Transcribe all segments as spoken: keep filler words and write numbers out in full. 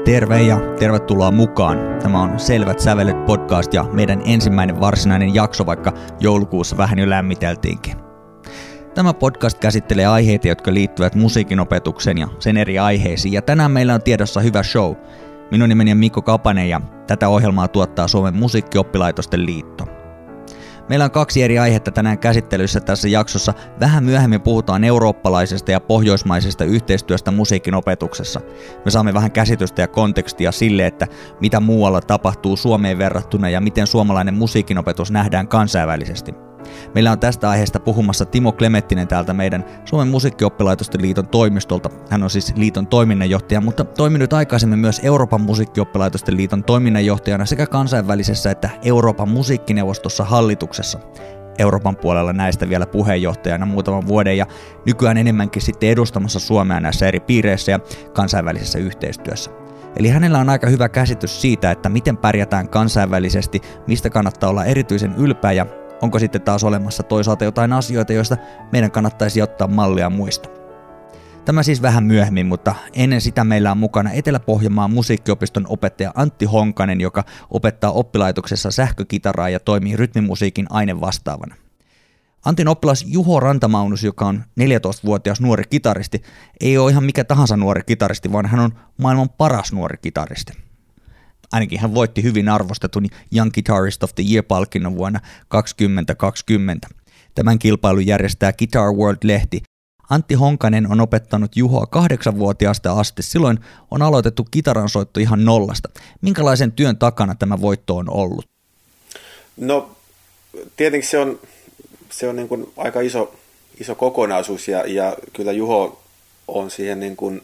Terve ja tervetuloa mukaan. Tämä on Selvät sävelet podcast ja meidän ensimmäinen varsinainen jakso, vaikka joulukuussa vähän jo lämmiteltiinkin. Tämä podcast käsittelee aiheita, jotka liittyvät musiikin opetukseen ja sen eri aiheisiin, ja tänään meillä on tiedossa hyvä show. Minun nimeni on Mikko Kapanen ja tätä ohjelmaa tuottaa Suomen musiikkioppilaitosten liitto. Meillä on kaksi eri aihetta tänään käsittelyssä tässä jaksossa. Vähän myöhemmin puhutaan eurooppalaisesta ja pohjoismaisesta yhteistyöstä musiikin opetuksessa. Me saamme vähän käsitystä ja kontekstia sille, että mitä muualla tapahtuu Suomeen verrattuna ja miten suomalainen musiikinopetus nähdään kansainvälisesti. Meillä on tästä aiheesta puhumassa Timo Klemettinen täältä meidän Suomen musiikkioppilaitosten liiton toimistolta. Hän on siis liiton toiminnanjohtaja, mutta toiminut aikaisemmin myös Euroopan musiikkioppilaitosten liiton toiminnanjohtajana sekä kansainvälisessä että Euroopan musiikkineuvostossa hallituksessa. Euroopan puolella näistä vielä puheenjohtajana muutaman vuoden ja nykyään enemmänkin sitten edustamassa Suomea näissä eri piireissä ja kansainvälisessä yhteistyössä. Eli hänellä on aika hyvä käsitys siitä, että miten pärjätään kansainvälisesti, mistä kannattaa olla erityisen ylpeä ja onko sitten taas olemassa toisaalta jotain asioita, joista meidän kannattaisi ottaa mallia muista. Tämä siis vähän myöhemmin, mutta ennen sitä meillä on mukana Etelä-Pohjanmaan musiikkiopiston opettaja Antti Honkanen, joka opettaa oppilaitoksessa sähkökitaraa ja toimii rytmimusiikin ainevastaavana. Antin oppilas Juho Rantamaunus, joka on neljätoistavuotias nuori kitaristi, ei ole ihan mikä tahansa nuori kitaristi, vaan hän on maailman paras nuori kitaristi. Ainakin hän voitti hyvin arvostetun Young Guitarist of the Year-palkinnon vuonna kaksituhattakaksikymmentä. Tämän kilpailun järjestää Guitar World-lehti. Antti Honkanen on opettanut Juhoa kahdeksanvuotiaasta asti. Silloin on aloitettu kitaransoitto ihan nollasta. Minkälaisen työn takana tämä voitto on ollut? No tietenkin se on, se on niin kuin aika iso, iso kokonaisuus ja, ja kyllä Juho on siihen niin kuin,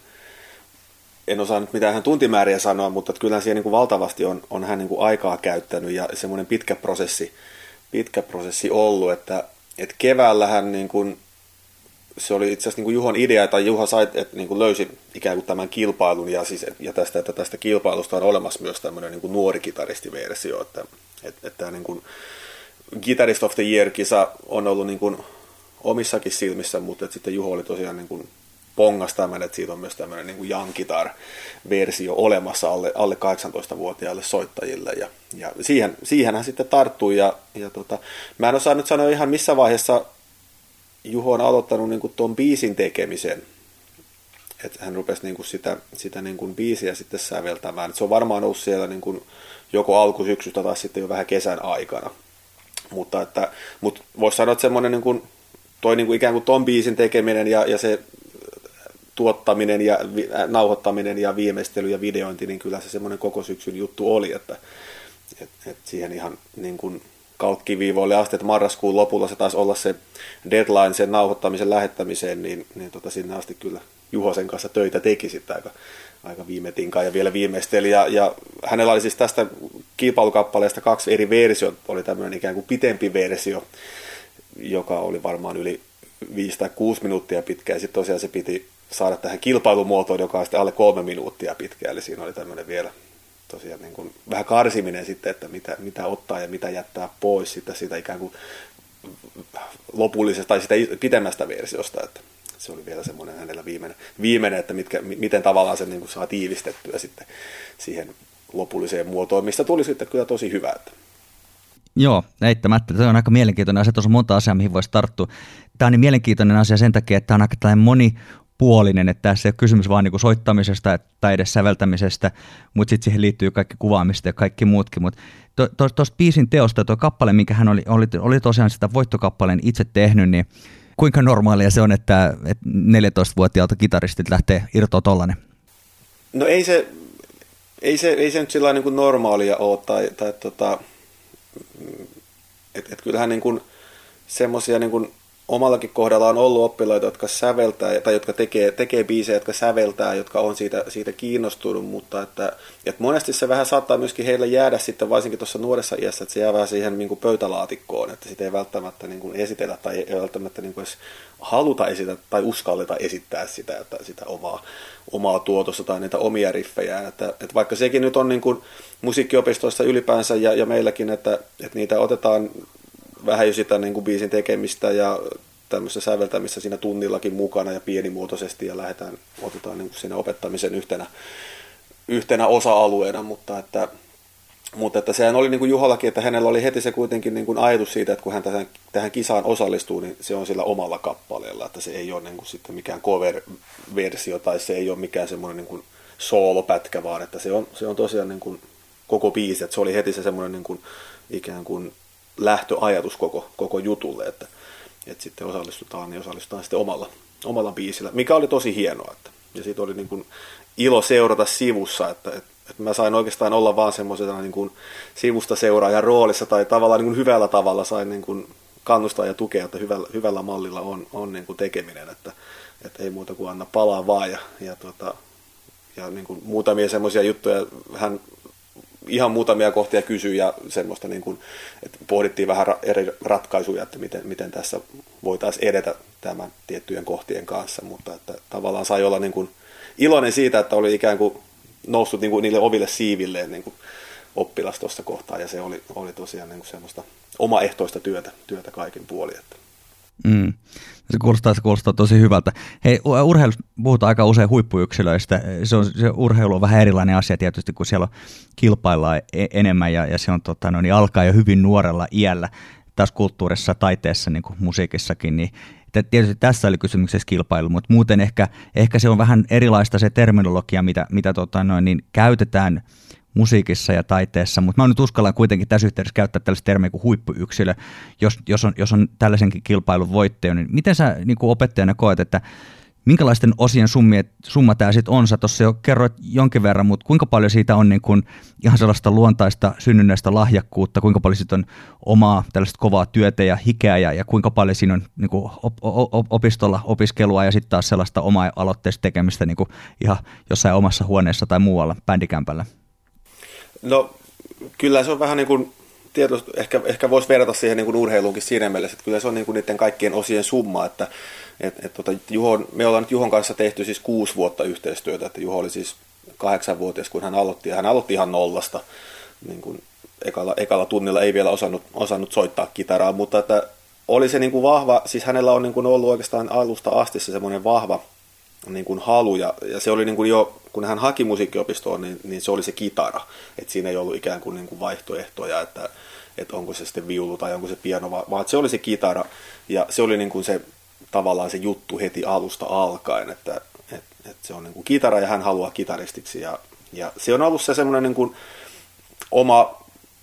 en osaa nyt mitään hän tuntimääriä sanoa, mutta kyllä siihen niin kuin valtavasti on, on hän niin kuin aikaa käyttänyt ja semmoinen pitkä prosessi, pitkä prosessi ollut, että, että keväällä hän niin kuin, se oli itse asiassa niin kuin Juhon idea, tai Juha sai, että niin kuin löysi ikään kuin tämän kilpailun ja, siis, ja tästä, että tästä kilpailusta on olemassa myös tämmöinen niin kuin nuori kitaristiversio, että, että, että tämä niin kuin Guitarist of the Year-kisa on ollut niin kuin omissakin silmissä, mutta että sitten Juho oli tosiaan niin kuin pongas tämän, että siitä on myös tämmöinen niin kuin Young Guitar-versio olemassa alle, alle kahdeksantoistavuotiaille soittajille, ja, ja siihen, siihen hän sitten tarttui, ja, ja tota, mä en osaa nyt sanoa ihan missä vaiheessa Juho on aloittanut niin kuin tuon biisin tekemisen, että hän rupesi niin kuin sitä, sitä niin kuin biisiä sitten säveltämään, että se on varmaan ollut siellä niin kuin joko alkusyksystä tai sitten jo vähän kesän aikana, mutta, että, mutta voisi sanoa, että semmoinen niin kuin, toi niin kuin ikään kuin ton biisin tekeminen ja, ja se tuottaminen ja nauhoittaminen ja viimeistely ja videointi, niin kyllä se semmoinen koko syksyn juttu oli, että et, et siihen ihan niin kuin kautkiviivoille asti, että marraskuun lopulla se taisi olla se deadline sen nauhoittamisen lähettämiseen, niin, niin tota sinne asti kyllä Juho sen kanssa töitä teki sitten aika, aika viime tinkaan ja vielä viimeisteli, ja, ja hänellä oli siis tästä kilpailukappaleesta kaksi eri versiota, oli tämmöinen ikään kuin pitempi versio, joka oli varmaan yli viisi tai kuusi minuuttia pitkä, ja sitten tosiaan se piti saada tähän kilpailumuotoon, joka on sitten alle kolme minuuttia pitkä, eli siinä oli tämmöinen vielä tosiaan niin kuin vähän karsiminen sitten, että mitä, mitä ottaa ja mitä jättää pois sitä, sitä ikään kuin lopullisesta tai sitä pitemmästä versiosta, että se oli vielä semmoinen hänellä viimeinen, viimeinen että mitkä, miten tavallaan se niin kuin saa tiivistettyä sitten siihen lopulliseen muotoon, mistä tuli sitten kyllä tosi hyvä. Että. Joo, eittämättä. Tämä on aika mielenkiintoinen asia. Tuossa on monta asiaa, mihin voisi tarttua. Tämä on niin mielenkiintoinen asia sen takia, että tämä on aika tällainen monipuolinen, että tässä ei ole kysymys vaan niin kuin soittamisesta tai edes säveltämisestä, mutta sitten siihen liittyy kaikki kuvaamista ja kaikki muutkin. Mutta tuosta to, biisin teosta, tuo kappale, minkä hän oli, oli, oli tosiaan sitä voittokappaleen itse tehnyt, niin kuinka normaalia se on, että, että neljätoistavuotiaalta kitaristit lähtee irtoa tollainen? No ei se, ei se, ei se nyt sillä niin kuin normaalia ole, tai, tai tota, että et kyllähän niin kuin semmoisia niin kuin omallakin kohdalla on ollut oppilaita, jotka säveltää, tai jotka tekee, tekee biisejä, jotka säveltää, jotka on siitä, siitä kiinnostunut, mutta että, että monesti se vähän saattaa myöskin heille jäädä sitten, varsinkin tuossa nuoressa iässä, että se jää vähän siihen niin kuin pöytälaatikkoon, että sitä ei välttämättä niin kuin esitellä tai ei välttämättä niin kuin edes haluta esitellä tai uskalleta esittää sitä, että sitä omaa, omaa tuotosta tai niitä omia riffejään, että, että vaikka sekin nyt on niin kuin musiikkiopistoissa ylipäänsä ja, ja meilläkin, että, että niitä otetaan vähän jo sitä niin kuin biisin tekemistä ja tämmöistä säveltämistä siinä tunnillakin mukana ja pienimuotoisesti ja lähdetään, otetaan niin kuin siinä opettamisen yhtenä, yhtenä osa-alueena, mutta että, mutta että sehän oli niin kuin Juhallakin, että hänellä oli heti se kuitenkin niin kuin ajatus siitä, että kun hän tähän, tähän kisaan osallistuu, niin se on sillä omalla kappaleella, että se ei ole niin kuin sitten mikään cover-versio tai se ei ole mikään semmoinen niin kuin soolopätkä, vaan että se on, se on tosiaan niin kuin koko biisi, että se oli heti se semmoinen niin kuin ikään kuin lähtöajatus koko, koko jutulle, että, että sitten osallistutaan, niin osallistutaan sitten omalla, omalla biisillä, mikä oli tosi hienoa, että, ja siitä oli niin kuin ilo seurata sivussa, että, että, että mä sain oikeastaan olla vaan semmoisena niin kuin sivusta seuraajan roolissa, tai tavallaan niin kuin hyvällä tavalla sain niin kuin kannustaa ja tukea, että hyvällä, hyvällä mallilla on, on niin kuin tekeminen, että, että ei muuta kuin anna palaa vaan, ja, ja, tota, ja niin kuin muutamia semmoisia juttuja, hän ihan muutamia kohtia kysyi ja semmoista, niin kuin, että pohdittiin vähän eri ratkaisuja, että miten, miten tässä voitaisiin edetä tämän tiettyjen kohtien kanssa, mutta että tavallaan sai olla niin kuin iloinen siitä, että oli ikään kuin noussut niin kuin niille oville siivilleen niin kuin oppilas tuossa kohtaa, ja se oli, oli tosiaan niin kuin semmoista omaehtoista työtä, työtä kaikin puolin. Että. Mm. Se kuulostaa, se kuulostaa tosi hyvältä. Hei, urheilussa puhutaan aika usein huippuyksilöistä. Se, on, se urheilu on vähän erilainen asia tietysti, kun siellä kilpaillaan enemmän ja, ja se on, tota, no, niin alkaa jo hyvin nuorella iällä. Taas kulttuurissa, taiteessa, niin kuin musiikissakin, niin tietysti tässä oli kysymyksessä kilpailu, mutta muuten ehkä, ehkä se on vähän erilaista se terminologia, mitä, mitä tota, no, niin käytetään musiikissa ja taiteessa, mutta mä nyt uskallan kuitenkin tässä yhteydessä käyttää tällaista termiä kuin huippuyksilö, jos, jos, on, jos on tällaisenkin kilpailun voittaja, niin miten sä niin kuin opettajana koet, että minkälaisten osien summi, summa tämä sitten on? Sä tuossa jo kerroit jonkin verran, mutta kuinka paljon siitä on niin kuin ihan sellaista luontaista synnynnäistä lahjakkuutta, kuinka paljon siitä on omaa tällaista kovaa työtä ja hikeä ja, ja kuinka paljon siinä on niin kuin op, op, opistolla opiskelua ja sitten taas sellaista omaa aloitteista tekemistä niin kuin ihan jossain omassa huoneessa tai muualla bändikämpällä? No kyllä se on vähän niin kuin, tietysti, ehkä, ehkä voisi verrata siihen niin kuin urheiluunkin siinä mielessä, että kyllä se on niin kuin niiden kaikkien osien summa, että et, et, tota, Juho, me ollaan nyt Juhon kanssa tehty siis kuusi vuotta yhteistyötä, että Juho oli siis kahdeksanvuotias, kun hän aloitti, ja hän aloitti ihan nollasta, niin kuin ekalla, ekalla tunnilla ei vielä osannut, osannut soittaa kitaraa, mutta että oli se niin kuin vahva, siis hänellä on niin kuin ollut oikeastaan alusta asti se semmoinen vahva niin kuin halu, ja, ja se oli niin kuin jo, kun hän haki musiikkiopistoon, niin, niin se oli se kitara, että siinä ei ollut ikään kuin, niin kuin vaihtoehtoja, että, että onko se sitten viulu tai onko se piano, vaan se oli se kitara, ja se oli niin kuin se tavallaan se juttu heti alusta alkaen, että, että, että se on niin kuin kitara ja hän haluaa kitaristiksi, ja, ja se on ollut se semmoinen niin kuin oma,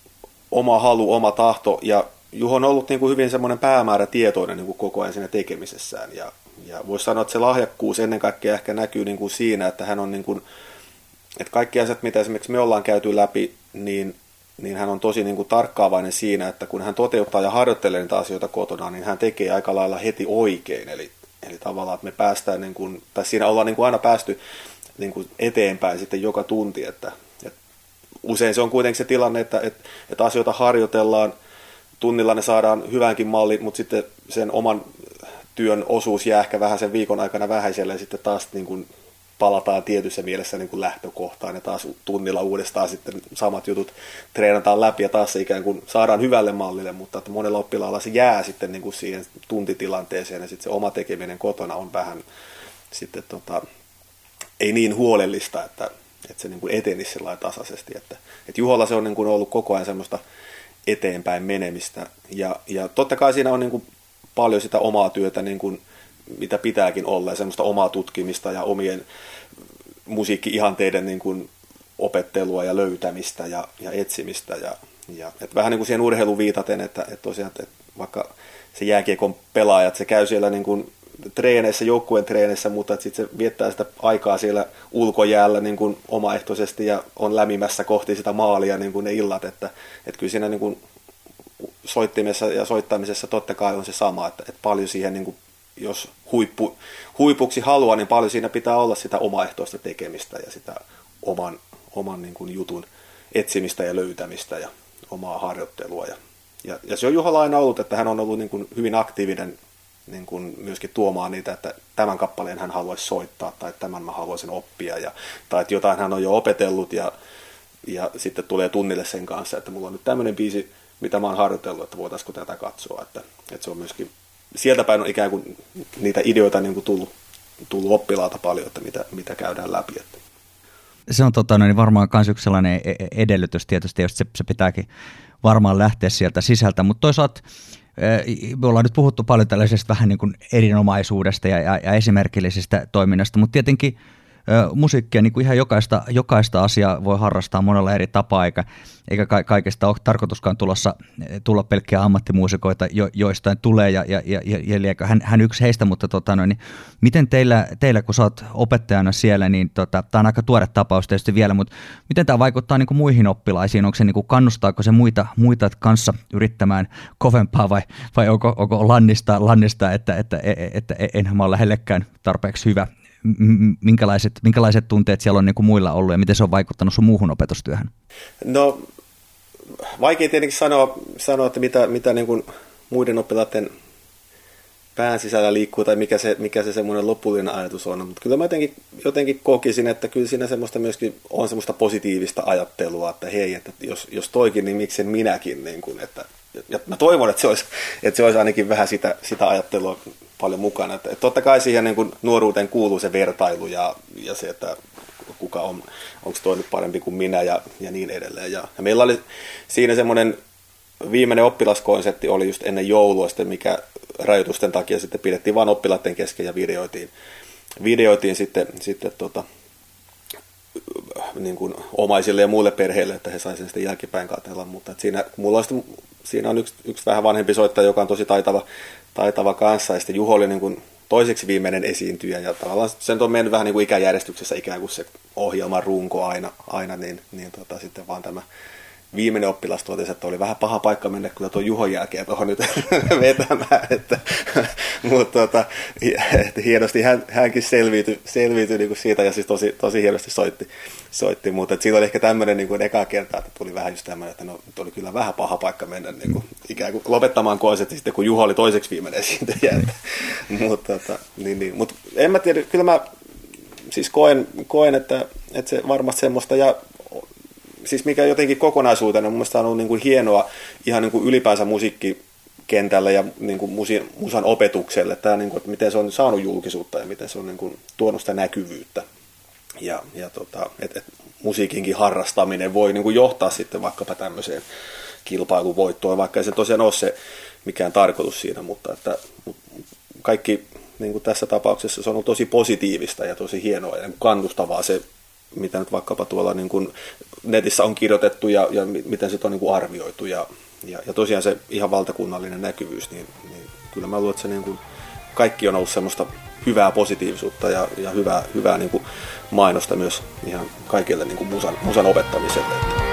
oma halu, oma tahto, ja Juho on ollut niin kuin hyvin semmoinen päämäärätietoinen niin kuin koko ajan siinä tekemisessään, ja Ja voisi sanoa, että se lahjakkuus ennen kaikkea ehkä näkyy niin kuin siinä, että hän on niin kuin, että kaikki asiat, mitä esimerkiksi me ollaan käyty läpi, niin, niin hän on tosi niin kuin tarkkaavainen siinä, että kun hän toteuttaa ja harjoittelee niitä asioita kotona, niin hän tekee aika lailla heti oikein. Eli, eli tavallaan, että me päästään, niin kuin, tai siinä ollaan niin kuin aina päästy niin kuin eteenpäin sitten joka tunti. Että, että usein se on kuitenkin se tilanne, että, että, että asioita harjoitellaan, tunnilla ne saadaan hyvänkin mallin, mutta sitten sen oman työn osuus jää ehkä vähän sen viikon aikana vähäiselle, ja sitten taas niin kuin palataan tietyssä mielessä niin kuin lähtökohtaan, ja taas tunnilla uudestaan sitten samat jutut treenataan läpi, ja taas se ikään kuin saadaan hyvälle mallille, mutta että monella oppilaalla se jää sitten niin kuin siihen tuntitilanteeseen, ja sitten se oma tekeminen kotona on vähän sitten tota, ei niin huolellista, että, että se niin kuin etenisi sellainen tasaisesti, että, että Juholla se on niin kuin ollut koko ajan semmoista eteenpäin menemistä, ja, ja totta kai siinä on niin kuin paljon sitä omaa työtä, niin kuin, mitä pitääkin olla, ja semmoista omaa tutkimista ja omien musiikki-ihanteiden niin kuin opettelua ja löytämistä ja, ja etsimistä. Ja, ja, et vähän niin kuin siihen urheiluun viitaten, että, että tosiaan, että vaikka se jääkiekon pelaajat, se käy siellä niin kuin treeneissä, joukkueen treeneissä, mutta sitten se viettää sitä aikaa siellä ulkojäällä niin kuin omaehtoisesti ja on lämimässä kohti sitä maalia niin kuin ne illat, että, että kyllä siinä niin kuin soittimessa ja soittamisessa totta kai on se sama, että, että paljon siihen, niin kuin, jos huippu, huipuksi haluaa, niin paljon siinä pitää olla sitä omaehtoista tekemistä ja sitä oman, oman niin kuin jutun etsimistä ja löytämistä ja omaa harjoittelua. Ja, ja, ja se on Juholla aina ollut, että hän on ollut niin kuin hyvin aktiivinen niin kuin myöskin tuomaan niitä, että tämän kappaleen hän haluaisi soittaa tai tämän mä haluaisin oppia ja, tai että jotain hän on jo opetellut ja, ja sitten tulee tunnille sen kanssa, että mulla on nyt tämmöinen biisi, mitä mä oon harjoitellut, että voitaisiko tätä katsoa, että, että se on myöskin, sieltä päin on ikään kuin niitä ideoita niin kuin tullut, tullut oppilaalta paljon, että mitä, mitä käydään läpi. Että. Se on tota, niin varmaan myös yksi sellainen edellytys tietysti, jos se, se pitääkin varmaan lähteä sieltä sisältä, mutta toisaalta me ollaan nyt puhuttu paljon tällaisesta vähän niin kuin erinomaisuudesta ja, ja, ja esimerkillisistä toiminnasta, mutta tietenkin musiikkia, niin kuin ihan jokaista, jokaista asiaa voi harrastaa monella eri tapaa, eikä, eikä kaikesta ole tarkoituskaan tulossa, tulla pelkkiä ammattimuusikoita, jo, joistain tulee, ja, ja, ja, ja hän, hän yksi heistä, mutta tota, no, niin, miten teillä, teillä, kun sä oot opettajana siellä, niin tota, tämä on aika tuore tapaus tietysti vielä, mutta miten tämä vaikuttaa niin kuin muihin oppilaisiin, onko se niin kuin, kannustaako se muita, muita kanssa yrittämään kovempaa, vai, vai onko, onko lannistaa, lannistaa että, että, että, että enhän mä ole lähellekään tarpeeksi hyvä? Minkälaiset, minkälaiset tunteet siellä on niin kuin muilla ollut ja miten se on vaikuttanut sun muuhun opetustyöhön? No vaikea tietenkin sanoa, sanoa että mitä, mitä niin kuin muiden oppilaiden pään sisällä liikkuu tai mikä se, mikä se semmoinen lopullinen ajatus on, mutta kyllä mä jotenkin, jotenkin kokisin, että kyllä siinä semmoista myöskin on semmoista positiivista ajattelua, että hei, että jos, jos toikin, niin miksen minäkin, niin kuin, että, ja mä toivon, että se olisi, että se olisi ainakin vähän sitä, sitä ajattelua paljon mukana. Että, että totta kai siihen niin kuin nuoruuteen kuuluu se vertailu ja, ja se, että kuka on, onko toinen parempi kuin minä ja, ja niin edelleen. Ja, ja meillä oli siinä semmoinen viimeinen oppilaskonsepti oli just ennen joulua, sitten mikä rajoitusten takia sitten pidettiin vain oppilaiden kesken ja videoitiin, videoitiin sitten, sitten tota, niin kuin omaisille ja muille perheille, että he saisivat sitten jälkipäin katsella. Mutta siinä, mulla on sitten, siinä on yksi, yksi vähän vanhempi soittaja, joka on tosi taitava, taitava kanssa, ja sitten Juho oli niin kuin toiseksi viimeinen esiintyjä, ja tavallaan sen on mennyt vähän niin kuin ikäjärjestyksessä ikään kuin se ohjelman runko aina, aina niin, niin tota, sitten vaan tämä viimeinen oppilas totesi, että oli vähän paha paikka mennä kyllä tuon Juhon jälkeen tuohon nyt vetämään, että, mutta tota, että hienosti hän, hänkin selviytyi, selviytyi niin kuin siitä ja siis tosi, tosi hienosti soitti, soitti mutta että siinä oli ehkä tämmöinen niin kuin eka kerta, että tuli vähän just tämmöinen, että no, oli kyllä vähän paha paikka mennä niin kuin, ikään kuin lopettamaan konsertti sitten, kun Juho oli toiseksi viimeinen esiintyjä, mutta tota, niin, niin, mut en mä tiedä, kyllä mä siis koen, koen että, että se varmasti semmoista ja siis mikä jotenkin kokonaisuutena mun mielestä on ollut niin kuin hienoa ihan niin kuin ylipäänsä musiikkikentällä ja niin kuin musi, musan opetukselle, tämä, niin kuin, että miten se on saanut julkisuutta ja miten se on niin kuin tuonut sitä näkyvyyttä. Ja, ja tota, että et musiikinkin harrastaminen voi niin kuin johtaa sitten vaikkapa tämmöiseen kilpailuvoittoon, vaikka ei se tosiaan ole se mikään tarkoitus siinä, mutta että kaikki niin kuin tässä tapauksessa se on ollut tosi positiivista ja tosi hienoa ja kannustavaa se, mitä nyt vaikkapa tuolla niin kuin netissä on kirjoitettu ja, ja miten se on niin kuin arvioitu ja, ja, ja tosiaan se ihan valtakunnallinen näkyvyys, niin, niin kyllä mä luulen, että se niin kuin kaikki on ollut semmoista hyvää positiivisuutta ja, ja hyvää, hyvää niin kuin mainosta myös ihan kaikille niin kuin musan, musan opettamiselle.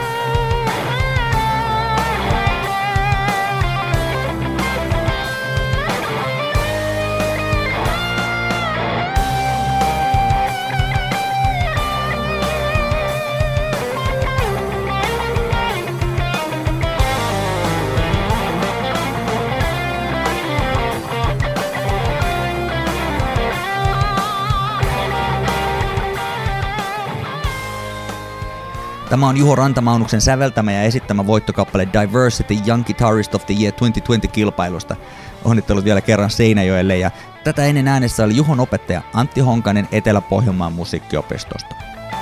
Tämä on Juho Rantamaunuksen säveltämä ja esittämä voittokappale Diversity Young Guitarist of the Year kaksituhattakaksikymmentä-kilpailusta. Onnittelut vielä kerran Seinäjoelle ja tätä ennen äänessä oli Juhon opettaja Antti Honkanen Etelä-Pohjanmaan musiikkiopistosta.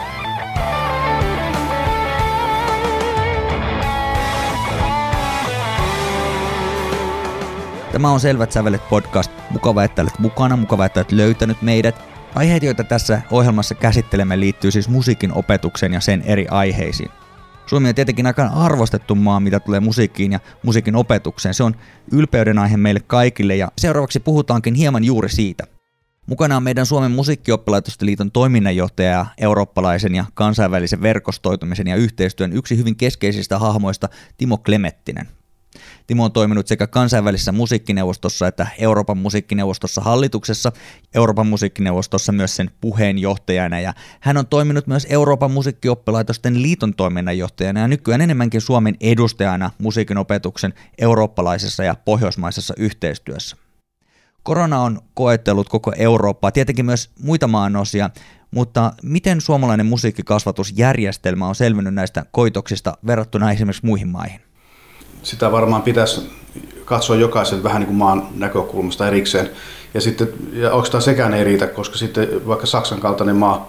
Tämä on Selvät sävelet podcast. Mukava, että olet mukana, mukava, että olet löytänyt meidät. Aiheet, joita tässä ohjelmassa käsittelemme, liittyy siis musiikin opetukseen ja sen eri aiheisiin. Suomi on tietenkin aika arvostettu maa, mitä tulee musiikkiin ja musiikin opetukseen. Se on ylpeyden aihe meille kaikille ja seuraavaksi puhutaankin hieman juuri siitä. Mukana on meidän Suomen musiikkioppilaitosten liiton toiminnanjohtaja ja eurooppalaisen ja kansainvälisen verkostoitumisen ja yhteistyön yksi hyvin keskeisistä hahmoista Timo Klemettinen. Timo on toiminut sekä kansainvälisessä musiikkineuvostossa että Euroopan musiikkineuvostossa hallituksessa, Euroopan musiikkineuvostossa myös sen puheenjohtajana ja hän on toiminut myös Euroopan musiikkioppilaitosten liiton toiminnanjohtajana ja nykyään enemmänkin Suomen edustajana musiikin opetuksen eurooppalaisessa ja pohjoismaisessa yhteistyössä. Korona on koettellut koko Eurooppaa, tietenkin myös muita maanosia, mutta miten suomalainen musiikkikasvatusjärjestelmä on selvinnyt näistä koitoksista verrattuna esimerkiksi muihin maihin? Sitä varmaan pitäisi katsoa jokaisen vähän niin kuin maan näkökulmasta erikseen. Ja sitten, ja oikeastaan sekään ei riitä, koska sitten vaikka Saksan kaltainen maa,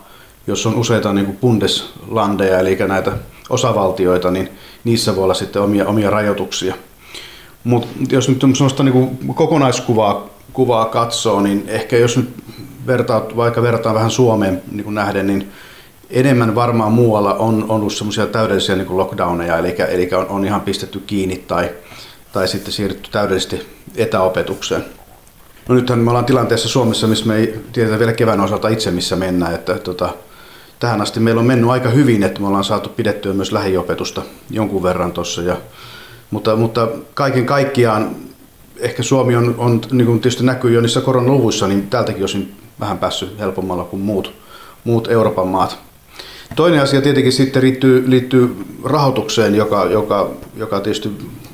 jos on useita niin kuin Bundeslandeja, eli näitä osavaltioita, niin niissä voi olla sitten omia, omia rajoituksia. Mutta jos nyt sellaista niin kuin kokonaiskuvaa kuvaa katsoo, niin ehkä jos nyt vertaa, vaikka vertaa vähän Suomeen niin kuin nähden, niin enemmän varmaan muualla on ollut semmoisia täydellisiä niin kuin lockdowneja, eli, eli on, on ihan pistetty kiinni tai, tai sitten siirrytty täydellisesti etäopetukseen. No nythän me ollaan tilanteessa Suomessa, missä me ei tiedetä vielä kevään osalta itse, missä mennään. Että, tota, tähän asti meillä on mennyt aika hyvin, että me ollaan saatu pidettyä myös lähiopetusta jonkun verran tuossa. Mutta, mutta kaiken kaikkiaan ehkä Suomi on, on niin kuin tietysti näkyy jo niissä koronaluvuissa, niin tältäkin osin vähän päässyt helpommalla kuin muut, muut Euroopan maat. Toinen asia tietenkin sitten liittyy, liittyy rahoitukseen, joka, joka, joka tietysti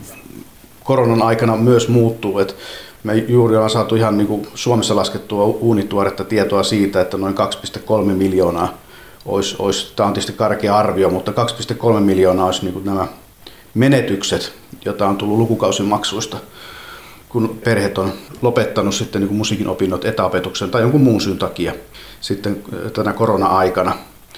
koronan aikana myös muuttuu. Et me juuri ollaan saatu ihan niin kuin Suomessa laskettua uunituoretta tietoa siitä, että noin kaksi pilkku kolme miljoonaa olisi, olisi, tämä on tietysti karkea arvio, mutta kaksi pilkku kolme miljoonaa olisi niin kuin nämä menetykset, joita on tullut lukukausimaksuista, kun perheet on lopettanut sitten niin kuin musiikin opinnot etäopetuksen tai jonkun muun syyn takia sitten tänä korona-aikana.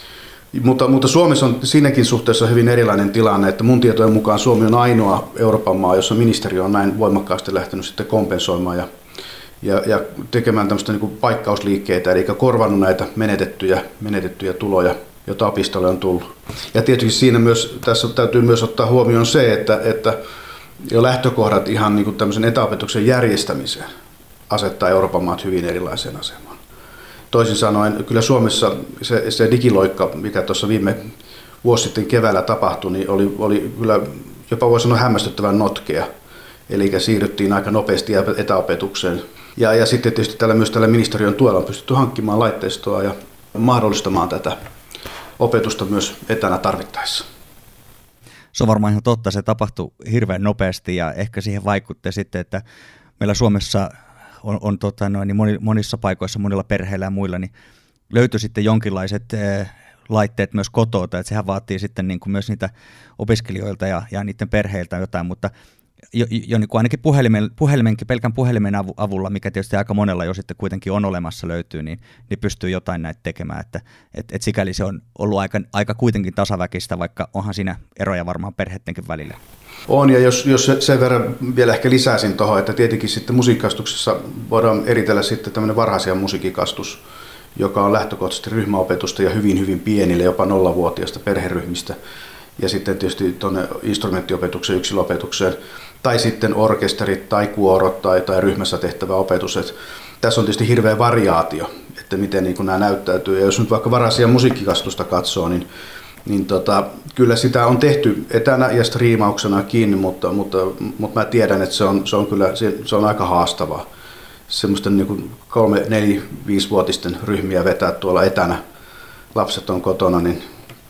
Mutta, mutta Suomessa on siinäkin suhteessa hyvin erilainen tilanne, että mun tietojen mukaan Suomi on ainoa Euroopan maa, jossa ministeriö on näin voimakkaasti lähtenyt sitten kompensoimaan ja, ja, ja tekemään tämmöistä niin kuin paikkausliikkeitä, eli korvannut näitä menetettyjä, menetettyjä tuloja, joita opistolle on tullut. Ja tietysti siinä myös, tässä täytyy myös ottaa huomioon se, että, että jo lähtökohdat ihan niin kuin tämmöisen etäopetuksen järjestämiseen asettaa Euroopan maat hyvin erilaiseen asemaan. Toisin sanoen, kyllä Suomessa se, se digiloikka, mikä tuossa viime vuosi sitten keväällä tapahtui, niin oli, oli kyllä jopa voi sanoa hämmästyttävän notkea. Eli siirryttiin aika nopeasti etäopetukseen. Ja, ja sitten tietysti tällä, myös tällä ministeriön tuella on pystytty hankkimaan laitteistoa ja mahdollistamaan tätä opetusta myös etänä tarvittaessa. Se on varmaan ihan totta, se tapahtui hirveän nopeasti ja ehkä siihen vaikutti sitten, että meillä Suomessa on, on tota, noin, niin monissa paikoissa, monilla perheillä ja muilla, niin löytyi sitten jonkinlaiset eh, laitteet myös kotoa, että sehän vaatii sitten niin kuin myös niitä opiskelijoilta ja, ja niiden perheiltä jotain, mutta jo, jo niin kuin ainakin puhelimen, puhelimenkin, pelkän puhelimen avulla, mikä tietysti aika monella jo sitten kuitenkin on olemassa löytyy, niin, niin pystyy jotain näitä tekemään, että et, et sikäli se on ollut aika, aika kuitenkin tasaväkistä, vaikka onhan siinä eroja varmaan perheittenkin välillä. On, ja jos, jos sen verran vielä ehkä lisäisin tuohon, että tietenkin sitten musiikkikastuksessa voidaan eritellä sitten tämmöinen varhaisia musiikkikastus, joka on lähtökohtaisesti ryhmäopetusta ja hyvin hyvin pienille, jopa nollavuotiaista perheryhmistä, ja sitten tietysti tuonne instrumenttiopetukseen, yksilöopetukseen, tai sitten orkesterit tai kuorot tai, tai ryhmässä tehtävä opetus. Et tässä on tietysti hirveä variaatio, että miten niin kun nämä näyttäytyy. Ja jos nyt vaikka varhaisia musiikkikastusta katsoo, niin, niin tota, kyllä sitä on tehty etänä ja striimauksena kiinni, mutta, mutta, mutta mä tiedän, että se on, se on kyllä se, se on aika haastavaa. Semmoisten niin kuin kolme, neljä, viisivuotisten ryhmiä vetää tuolla etänä, lapset on kotona, niin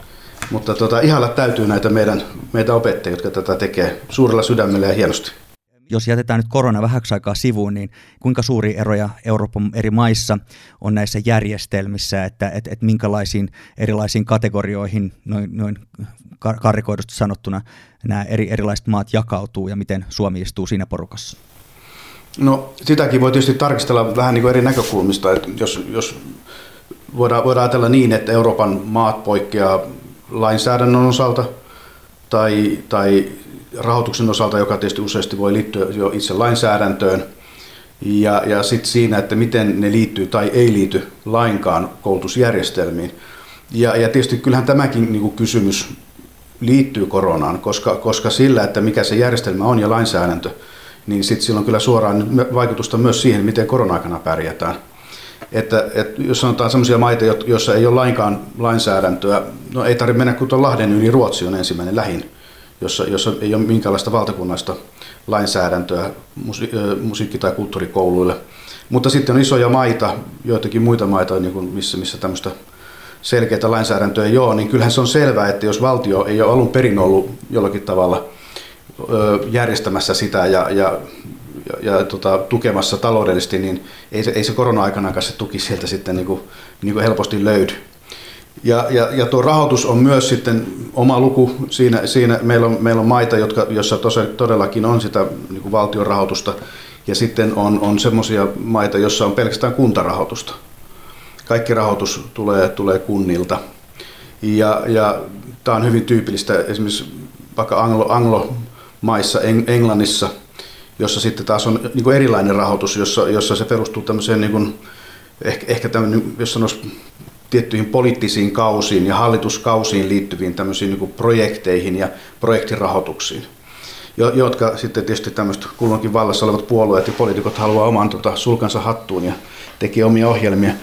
mutta tota, ihalla täytyy näitä meidän, meitä opettajia, jotka tätä tekee suurella sydämellä ja hienosti. Jos jätetään nyt korona vähäksi aikaa sivuun, niin kuinka suuri eroja Euroopan eri maissa on näissä järjestelmissä, että et, et minkälaisiin erilaisiin kategorioihin, noin, noin karrikoidusti sanottuna, nämä eri, erilaiset maat jakautuu ja miten Suomi istuu siinä porukassa? No sitäkin voi tietysti tarkistella vähän niin kuin eri näkökulmista, että jos, jos voidaan, voidaan ajatella niin, että Euroopan maat poikkeaa lainsäädännön osalta tai, tai rahoituksen osalta, joka tietysti useasti voi liittyä jo itse lainsäädäntöön, ja, ja sitten siinä, että miten ne liittyy tai ei liity lainkaan koulutusjärjestelmiin. Ja, ja tietysti kyllähän tämäkin niin kuin kysymys liittyy koronaan, koska, koska sillä, että mikä se järjestelmä on ja lainsäädäntö, niin sitten sillä on kyllä suoraan vaikutusta myös siihen, miten korona-aikana pärjätään. Että, että jos sanotaan sellaisia maita, joissa ei ole lainkaan lainsäädäntöä, no ei tarvitse mennä kuin tuon Lahden yli, Ruotsi on ensimmäinen lähin, jossa, jossa ei ole minkäänlaista valtakunnallista lainsäädäntöä musi- musiikki- tai kulttuurikouluille. Mutta sitten on isoja maita, joitakin muita maita, niin kuin missä, missä tämmöistä selkeää lainsäädäntöä ei ole, niin kyllähän se on selvää, että jos valtio ei ole alun perin ollut jollakin tavalla ö, järjestämässä sitä ja, ja ja, ja tota, tukemassa taloudellisesti, niin ei se, ei se korona-aikanakaan se tuki sieltä sitten niin kuin, niin kuin helposti löydy. Ja, ja, ja tuo rahoitus on myös sitten oma luku. Siinä, siinä meillä, on, meillä on maita, jotka, joissa todellakin on sitä niin kuin valtion rahoitusta, ja sitten on, on semmoisia maita, joissa on pelkästään kuntarahoitusta. kaikki rahoitus tulee, tulee kunnilta. Ja, ja tämä on hyvin tyypillistä esimerkiksi vaikka anglo, anglomaissa, Eng, Englannissa, jossa sitten taas on niin kuin erilainen rahoitus, jossa, jossa se perustuu tämmöiseen, niin kuin, ehkä, ehkä tämmöinen, jos sanoisi, tiettyihin poliittisiin kausiin ja hallituskausiin liittyviin tämmöisiin niin kuin projekteihin ja projektirahoituksiin, jotka sitten tietysti tämmöiset kulloinkin vallassa olevat puolueet ja poliitikot haluaa oman tota, sulkansa hattuun ja tekee omia ohjelmia.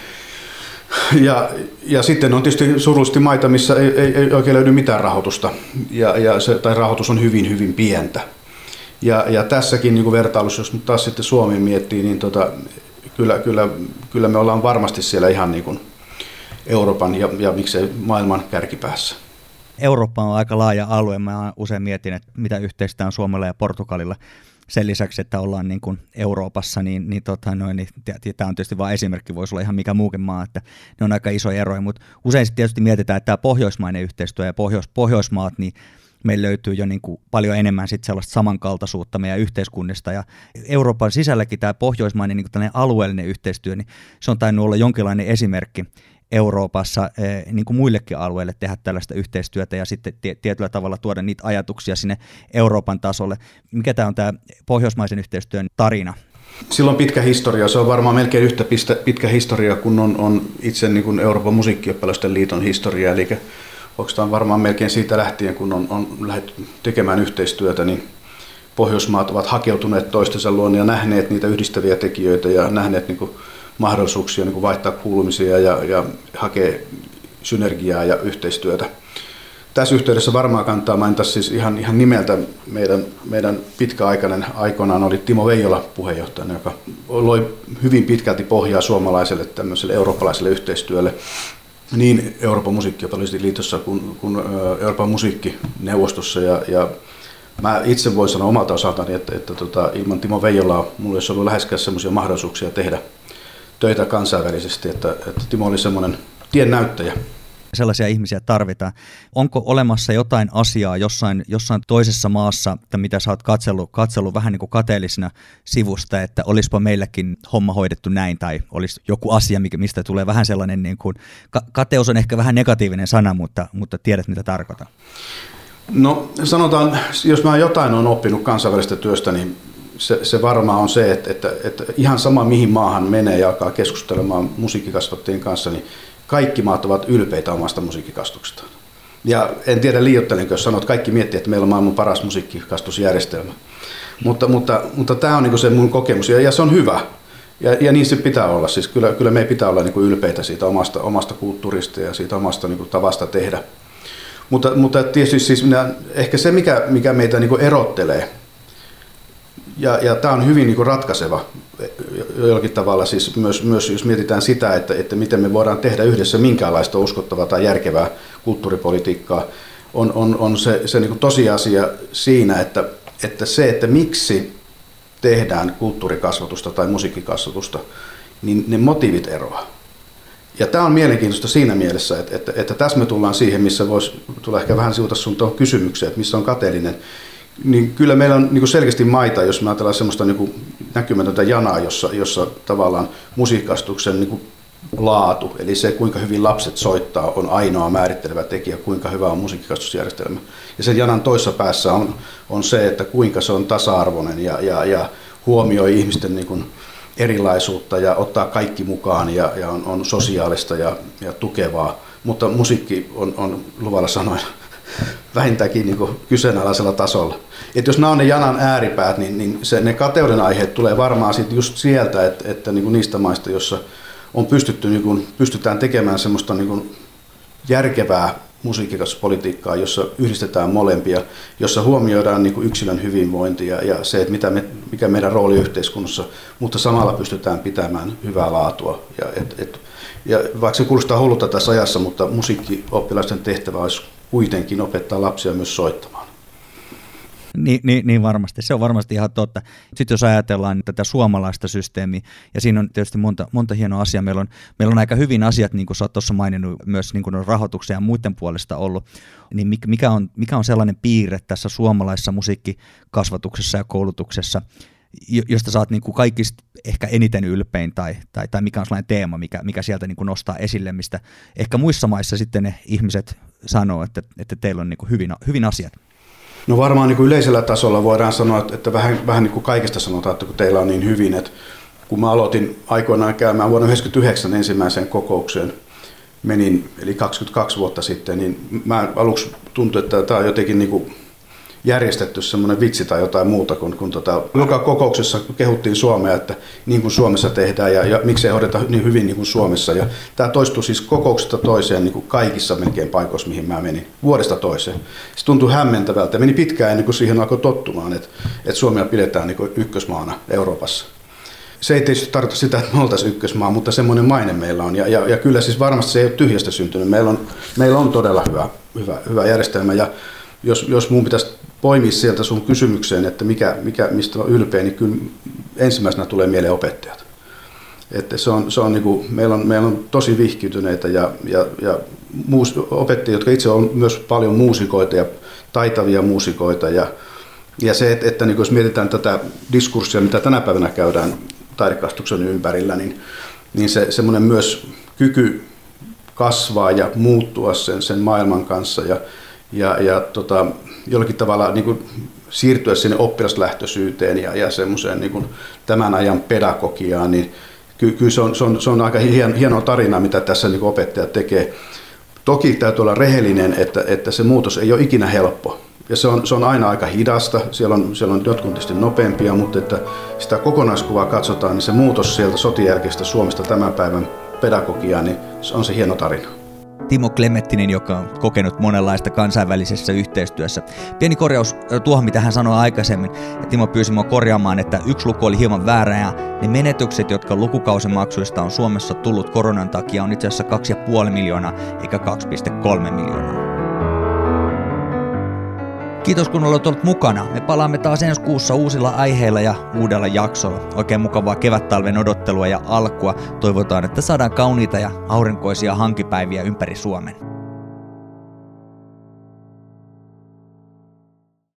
Ja, ja sitten on tietysti surullisesti maita, missä ei, ei, ei oikein löydy mitään rahoitusta, ja, ja se, tai rahoitus on hyvin, hyvin pientä. Ja, ja tässäkin niin kuin vertailussa, jos taas sitten Suomi miettii, niin tota, kyllä, kyllä, kyllä me ollaan varmasti siellä ihan niin kuin Euroopan ja, ja miksei maailman kärkipäässä. Eurooppa on aika laaja alue. Mä usein mietin, että mitä yhteistä on Suomella ja Portugalilla. Sen lisäksi, että ollaan niin kuin Euroopassa, niin, niin, tota noin, niin tämä on tietysti vain esimerkki, voisi olla ihan mikä muukin maa, että ne on aika isoja eroja, mutta usein sitten tietysti mietitään, että tämä pohjoismainen yhteistyö ja pohjois, Pohjoismaat, niin meillä löytyy jo niin kuin paljon enemmän sit sellaista samankaltaisuutta meidän yhteiskunnista, ja Euroopan sisälläkin tämä pohjoismainen niin kuin tällainen alueellinen yhteistyö, niin se on tainnut olla jonkinlainen esimerkki Euroopassa niin kuin muillekin alueille tehdä tällaista yhteistyötä ja sitten tietyllä tavalla tuoda niitä ajatuksia sinne Euroopan tasolle. Mikä tämä on tämä pohjoismaisen yhteistyön tarina? Sillä on pitkä historia. Se on varmaan melkein yhtä pitkä historia kuin on, on itse niin kuin Euroopan musiikkioppalaisten liiton historia. Eli oikeastaan varmaan melkein siitä lähtien, kun on, on lähdetty tekemään yhteistyötä, niin Pohjoismaat ovat hakeutuneet toistensa luonne ja nähneet niitä yhdistäviä tekijöitä ja nähneet niin kuin mahdollisuuksia niin kuin vaihtaa kuulumisia ja, ja hakea synergiaa ja yhteistyötä. Tässä yhteydessä varmaan kannattaa mainita siis ihan, ihan nimeltä meidän, meidän pitkäaikainen aikoinaan oli Timo Veijola puheenjohtajana, joka loi hyvin pitkälti pohjaa suomalaiselle tämmöiselle eurooppalaiselle yhteistyölle niin Euroopan musiikkioppalaisten liitossa kuin, kuin Euroopan musiikkineuvostossa. Ja, ja mä itse voin sanoa omalta osaltani, että, että tota, ilman Timo Veijolaa mulla ei olisi ollut läheskään sellaisia mahdollisuuksia tehdä töitä kansainvälisesti, että, että Timo oli semmoinen tiennäyttäjä. Sellaisia ihmisiä tarvitaan. Onko olemassa jotain asiaa jossain, jossain toisessa maassa, mitä sä oot katsellut, katsellut vähän niin kuin kateellisena sivusta, että olisipa meilläkin homma hoidettu näin, tai olisi joku asia, mistä tulee vähän sellainen, niin kuin, kateus on ehkä vähän negatiivinen sana, mutta, mutta tiedät mitä tarkoitan. No sanotaan, jos mä jotain olen oppinut kansainvälistä työstä, niin Se, se varmaan on se, että, että, että ihan sama mihin maahan menee ja alkaa keskustelemaan musiikkikasvattajien kanssa, niin kaikki maat ovat ylpeitä omasta musiikkikastuksestaan. Ja en tiedä liioittelenko, jos sanoo, että kaikki miettii, että meillä on maailman paras musiikkikastusjärjestelmä. Mutta, mutta, mutta tämä on niin se mun kokemus ja, ja se on hyvä. Ja, ja niin se pitää olla. Siis kyllä, kyllä meidän pitää olla niin ylpeitä siitä omasta, omasta kulttuurista ja siitä omasta niin tavasta tehdä. Mutta, mutta tietysti siis minä, ehkä se, mikä, mikä meitä niin erottelee, Ja, ja tämä on hyvin niin kuin ratkaiseva jollakin tavalla, siis myös, myös jos mietitään sitä, että, että miten me voidaan tehdä yhdessä minkäänlaista uskottavaa tai järkevää kulttuuripolitiikkaa, on, on, on se, se niin kuin tosiasia siinä, että, että se, että miksi tehdään kulttuurikasvatusta tai musiikkikasvatusta, niin ne motiivit eroaa. Ja tämä on mielenkiintoista siinä mielessä, että, että, että tässä me tullaan siihen, missä voisi tulla ehkä vähän sivuta sun tuohon kysymykseen, että missä on kateellinen. Niin kyllä meillä on niin kuin selkeästi maita, jos me ajatellaan semmoista niin kuin näkymätöntä janaa, jossa, jossa tavallaan musiikkikasvatuksen niin kuin laatu, eli se kuinka hyvin lapset soittaa, on ainoa määrittelevä tekijä, kuinka hyvä on musiikkikasvatusjärjestelmä. Ja sen janan toisessa päässä on, on se, että kuinka se on tasa-arvoinen ja, ja, ja huomioi ihmisten niin kuin erilaisuutta ja ottaa kaikki mukaan ja, ja on, on sosiaalista ja, ja tukevaa. Mutta musiikki on, on luvalla sanoen vähintäänkin niin kuin kyseenalaisella tasolla. Et jos nämä on ne janan ääripäät, niin, niin se, ne kateuden aiheet tulee varmaan sit just sieltä, että, että niin kuin niistä maista, jossa on pystytty, niin kuin, pystytään tekemään semmoista niin kuin järkevää musiikkikasvatuspolitiikkaa, jossa yhdistetään molempia, jossa huomioidaan niin kuin yksilön hyvinvointia ja se, että mitä me, mikä meidän rooli yhteiskunnassa, mutta samalla pystytään pitämään hyvää laatua. Ja, et, et, ja vaikka se kuulostaa hullulta tässä ajassa, mutta musiikkioppilaisten tehtävä olisi kuitenkin opettaa lapsia myös soittamaan. Niin, niin, niin varmasti, se on varmasti ihan totta. Sitten jos ajatellaan tätä suomalaista systeemiä, ja siinä on tietysti monta, monta hienoa asiaa, meillä on, meillä on aika hyvin asiat, niin kuin sä oot tuossa maininnut, myös niin kuin rahoituksen ja muiden puolesta ollut, niin mikä on, mikä on sellainen piirre tässä suomalaisessa musiikkikasvatuksessa ja koulutuksessa, josta sä oot niin kuin kaikista ehkä eniten ylpein, tai, tai, tai mikä on sellainen teema, mikä, mikä sieltä niin kuin nostaa esille, mistä ehkä muissa maissa sitten ne ihmiset sanoo, että, että teillä on niin kuin hyvin, hyvin asiat? No varmaan niin kuin yleisellä tasolla voidaan sanoa, että vähän, vähän niin kuin kaikesta sanotaan, että kun teillä on niin hyvin, että kun mä aloitin aikoinaan käymään vuonna yhdeksänkymmentäyhdeksän ensimmäiseen kokoukseen, menin, eli kaksikymmentäkaksi vuotta sitten, niin mä aluksi tuntui, että tämä on jotenkin niin kuin järjestetty semmoinen vitsi tai jotain muuta, kun, kun tota, joka kokouksessa kehuttiin Suomea, että niin kuin Suomessa tehdään ja, ja miksei hoideta niin hyvin niin kuin Suomessa. Ja tämä toistui siis kokouksesta toiseen niin kuin kaikissa melkein paikoissa, mihin mä menin, vuodesta toiseen. Se tuntui hämmentävältä. Meni pitkään ennen kuin siihen alkoi tottumaan, että, että Suomea pidetään niin kuin ykkösmaana Euroopassa. Se ei tietysti tarkoita sitä, että me oltaisiin ykkösmaa, mutta semmoinen maine meillä on. Ja, ja, ja kyllä siis varmasti se ei ole tyhjästä syntynyt. Meillä on, meillä on todella hyvä, hyvä, hyvä järjestelmä. Ja jos, jos mun pitäisi poimia sieltä sun kysymykseen, että mikä, mikä, mistä on ylpeä, niin kyllä ensimmäisenä tulee mieleen opettajat. Että se on, se on niin kuin, meillä, on, meillä on tosi vihkiytyneitä ja, ja, ja muus, opettajia, jotka itse on myös paljon muusikoita ja taitavia muusikoita. Ja, ja se, että, että niin jos mietitään tätä diskurssia, mitä tänä päivänä käydään taidekasvatuksen ympärillä, niin, niin se semmoinen myös kyky kasvaa ja muuttua sen, sen maailman kanssa ja, ja, ja tota, jollakin tavalla niin kuin siirtyä sinne oppilaslähtöisyyteen ja, ja semmoiseen niin kuin tämän ajan pedagogiaan, niin ky, kyllä se on, se on, se on aika hieno, hieno tarina, mitä tässä niin kuin opettajat tekee. Toki täytyy olla rehellinen, että, että se muutos ei ole ikinä helppo. Ja se on, se on aina aika hidasta, siellä on, siellä on jotkut tietysti nopeampia, mutta että sitä kokonaiskuvaa katsotaan, niin se muutos sieltä sotijälkeistä Suomesta tämän päivän pedagogiaan, niin se on se hieno tarina. Timo Klemettinen, joka on kokenut monenlaista kansainvälisessä yhteistyössä. Pieni korjaus tuohon, mitä hän sanoi aikaisemmin. Timo pyysi minua korjaamaan, että yksi luku oli hieman väärä ja ne menetykset, jotka lukukausimaksuista on Suomessa tullut koronan takia, on itse asiassa kaksi pilkku viisi miljoonaa eikä kaksi pilkku kolme miljoonaa. Kiitos kun olet ollut mukana. Me palaamme taas ensi kuussa uusilla aiheilla ja uudella jaksolla. Oikein mukavaa kevättalven odottelua ja alkua. Toivotaan, että saadaan kauniita ja aurinkoisia hankipäiviä ympäri Suomen.